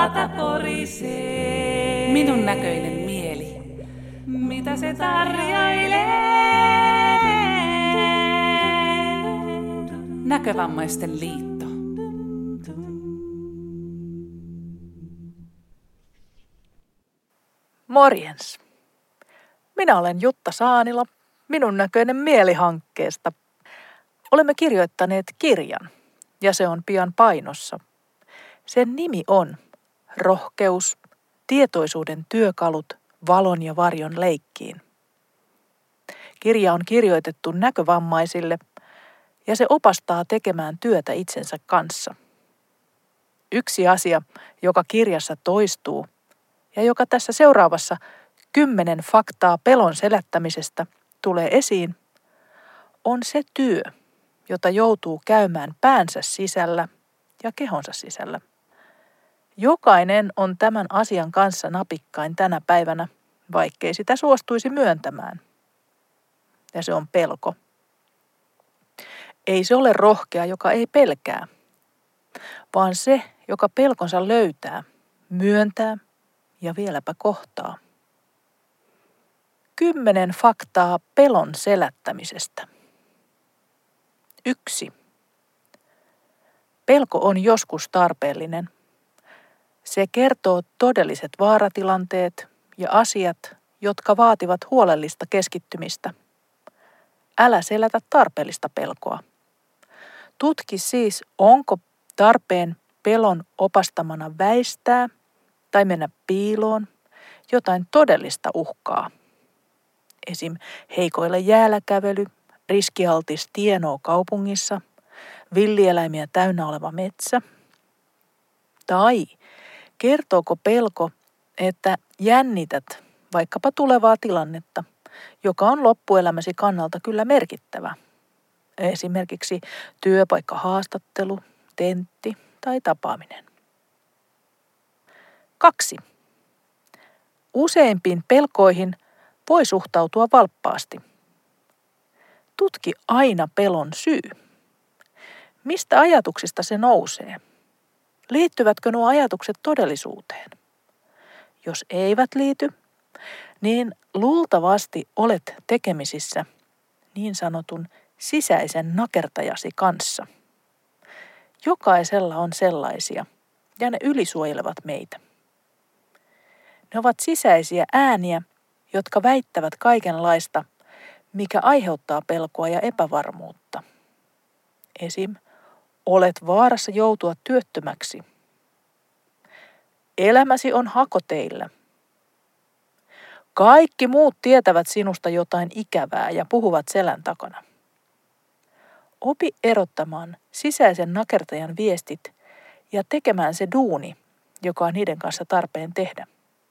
maata porisee. Minun näköinen mieli. Mitä se tarjoilee? Näkövammaisten liitto. Morjens. Minä olen Jutta Saanila, Minun näköinen mieli-hankkeesta. Olemme kirjoittaneet kirjan ja se on pian painossa. Sen nimi on Rohkeus, tietoisuuden työkalut valon ja varjon leikkiin. Kirja on kirjoitettu näkövammaisille ja se opastaa tekemään työtä itsensä kanssa. Yksi asia, joka kirjassa toistuu ja joka tässä seuraavassa 10 faktaa pelon selättämisestä tulee esiin, on se työ, jota joutuu käymään päänsä sisällä ja kehonsa sisällä. Jokainen on tämän asian kanssa napikkain tänä päivänä, vaikkei sitä suostuisi myöntämään. Ja se on pelko. Ei se ole rohkea, joka ei pelkää, vaan se, joka pelkonsa löytää, myöntää ja vieläpä kohtaa. 10 faktaa pelon selättämisestä. 1. Pelko on joskus tarpeellinen. Se kertoo todelliset vaaratilanteet ja asiat, jotka vaativat huolellista keskittymistä. Älä selätä tarpeellista pelkoa. Tutki siis, onko tarpeen pelon opastamana väistää tai mennä piiloon jotain todellista uhkaa. Esim. Heikoilla jäällä kävely, riskialtis tienoo kaupungissa, villieläimiä täynnä oleva metsä. Tai kertooko pelko, että jännität vaikkapa tulevaa tilannetta, joka on loppuelämäsi kannalta kyllä merkittävä. Esimerkiksi työpaikkahaastattelu, tentti tai tapaaminen. 2. Useimpiin pelkoihin voi suhtautua valppaasti. Tutki aina pelon syy. Mistä ajatuksista se nousee? Liittyvätkö nuo ajatukset todellisuuteen? Jos eivät liity, niin luultavasti olet tekemisissä niin sanotun sisäisen nakertajasi kanssa. Jokaisella on sellaisia ja ne ylisuojelevat meitä. Ne ovat sisäisiä ääniä, jotka väittävät kaikenlaista, mikä aiheuttaa pelkoa ja epävarmuutta. Esim. Olet vaarassa joutua työttömäksi. Elämäsi on hakoteillä. Kaikki muut tietävät sinusta jotain ikävää ja puhuvat selän takana. Opi erottamaan sisäisen nakertajan viestit ja tekemään se duuni, joka on niiden kanssa tarpeen tehdä.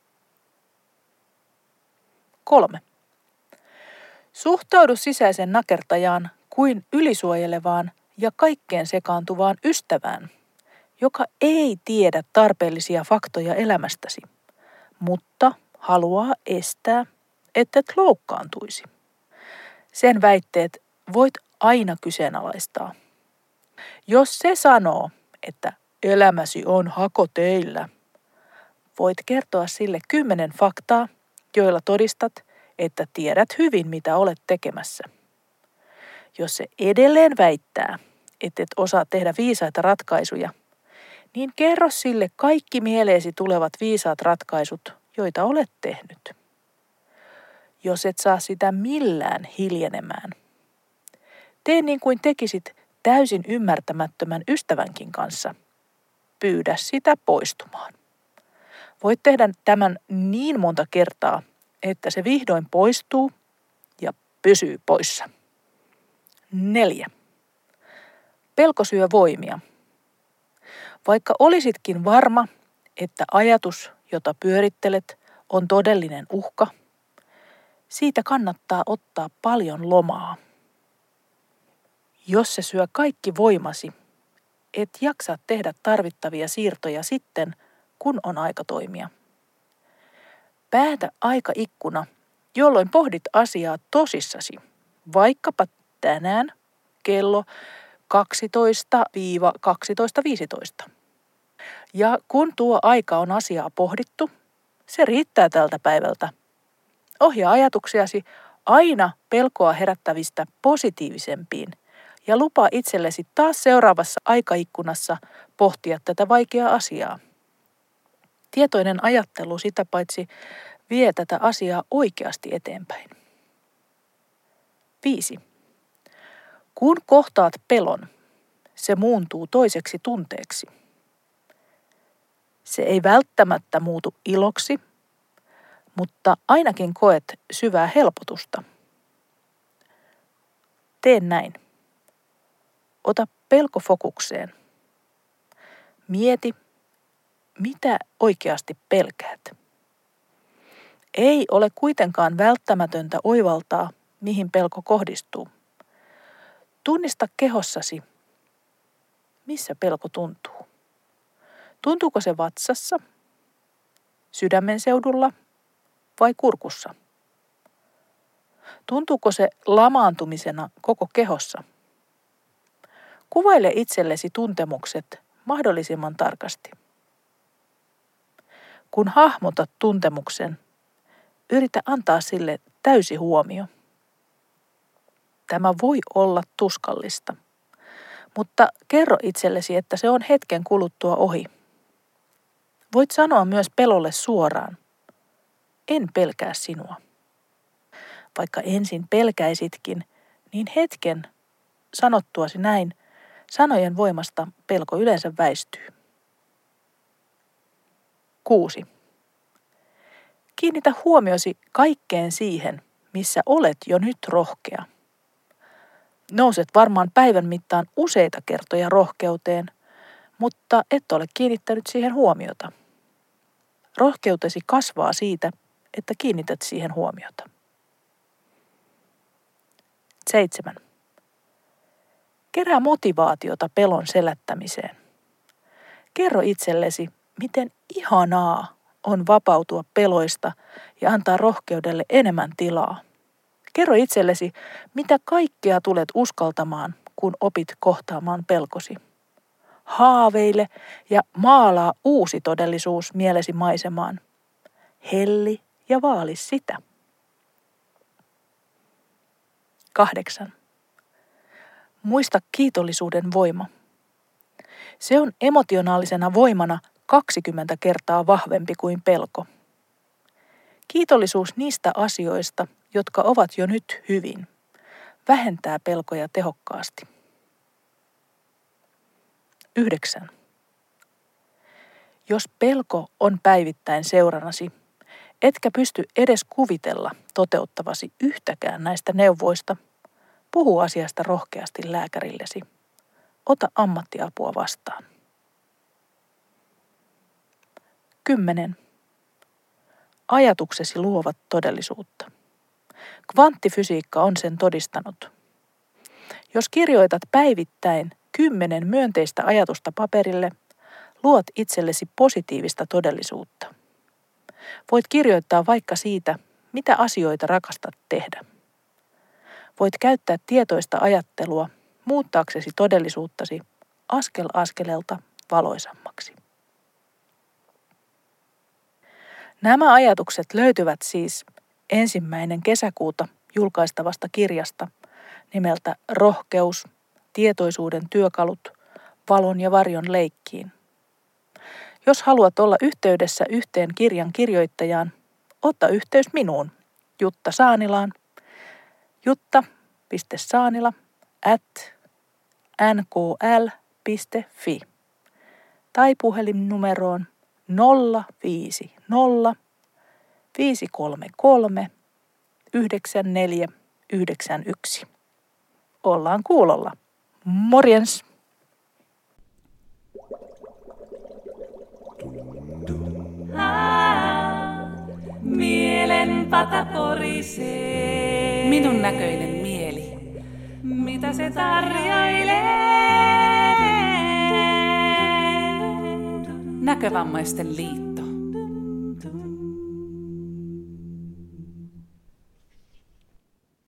3. Suhtaudu sisäisen nakertajaan kuin ylisuojelevaan ja kaikkeen sekaantuvaan ystävään, joka ei tiedä tarpeellisia faktoja elämästäsi, mutta haluaa estää, ettet loukkaantuisi. Sen väitteet voit aina kyseenalaistaa. Jos se sanoo, että elämäsi on hakoteillä, voit kertoa sille 10 faktaa, joilla todistat, että tiedät hyvin, mitä olet tekemässä. Jos se edelleen väittää, ettet osaa tehdä viisaita ratkaisuja, niin kerro sille kaikki mieleesi tulevat viisaat ratkaisut, joita olet tehnyt. Jos et saa sitä millään hiljenemään, tee niin kuin tekisit täysin ymmärtämättömän ystävänkin kanssa. Pyydä sitä poistumaan. Voit tehdä tämän niin monta kertaa, että se vihdoin poistuu ja pysyy poissa. 4. Pelko syö voimia. Vaikka olisitkin varma, että ajatus, jota pyörittelet, on todellinen uhka, siitä kannattaa ottaa paljon lomaa. Jos se syö kaikki voimasi, et jaksa tehdä tarvittavia siirtoja sitten, kun on aika toimia. Päätä aikaikkuna, jolloin pohdit asiaa tosissasi, vaikkapa tänään kello 12-12.15. Ja kun tuo aika on asiaa pohdittu, se riittää tältä päivältä. Ohjaa ajatuksiasi aina pelkoa herättävistä positiivisempiin ja lupaa itsellesi taas seuraavassa aikaikkunassa pohtia tätä vaikeaa asiaa. Tietoinen ajattelu sitä paitsi vie tätä asiaa oikeasti eteenpäin. 5. Kun kohtaat pelon, se muuntuu toiseksi tunteeksi. Se ei välttämättä muutu iloksi, mutta ainakin koet syvää helpotusta. Tee näin. Ota pelko fokukseen. Mieti, mitä oikeasti pelkäät. Ei ole kuitenkaan välttämätöntä oivaltaa, mihin pelko kohdistuu. Tunnista kehossasi, missä pelko tuntuu. Tuntuuko se vatsassa, sydämen seudulla vai kurkussa? Tuntuuko se lamaantumisena koko kehossa? Kuvaile itsellesi tuntemukset mahdollisimman tarkasti. Kun hahmotat tuntemuksen, yritä antaa sille täysi huomio. Tämä voi olla tuskallista, mutta kerro itsellesi, että se on hetken kuluttua ohi. Voit sanoa myös pelolle suoraan, en pelkää sinua. Vaikka ensin pelkäisitkin, niin hetken sanottuasi näin, sanojen voimasta pelko yleensä väistyy. 6. Kiinnitä huomiosi kaikkeen siihen, missä olet jo nyt rohkea. Nouset varmaan päivän mittaan useita kertoja rohkeuteen, mutta et ole kiinnittänyt siihen huomiota. Rohkeutesi kasvaa siitä, että kiinnität siihen huomiota. 7. Kerää motivaatiota pelon selättämiseen. Kerro itsellesi, miten ihanaa on vapautua peloista ja antaa rohkeudelle enemmän tilaa. Kerro itsellesi, mitä kaikkea tulet uskaltamaan, kun opit kohtaamaan pelkosi. Haaveile ja maalaa uusi todellisuus mielesi maisemaan. Helli ja vaali sitä. 8. Muista kiitollisuuden voima. Se on emotionaalisena voimana 20 kertaa vahvempi kuin pelko. Kiitollisuus niistä asioista, jotka ovat jo nyt hyvin, vähentää pelkoja tehokkaasti. 9. Jos pelko on päivittäin seurannasi, etkä pysty edes kuvitella toteuttavasi yhtäkään näistä neuvoista, puhu asiasta rohkeasti lääkärillesi. Ota ammattiapua vastaan. 10. Ajatuksesi luovat todellisuutta. Kvanttifysiikka on sen todistanut. Jos kirjoitat päivittäin 10 myönteistä ajatusta paperille, luot itsellesi positiivista todellisuutta. Voit kirjoittaa vaikka siitä, mitä asioita rakastat tehdä. Voit käyttää tietoista ajattelua muuttaaksesi todellisuuttasi askel askeleelta valoisammaksi. Nämä ajatukset löytyvät siis 1. kesäkuuta julkaistavasta kirjasta nimeltä Rohkeus, tietoisuuden työkalut, valon ja varjon leikkiin. Jos haluat olla yhteydessä yhteen kirjan kirjoittajaan, ota yhteys minuun, Jutta Saanilaan, jutta.saanila@nkl.fi tai puhelinnumeroon 050 533 9491. Ollaan kuulolla. Morjens! Mielen pata porisee. Minun näköinen mieli. Mitä se tarjoilee? Näkövammaisten liitto.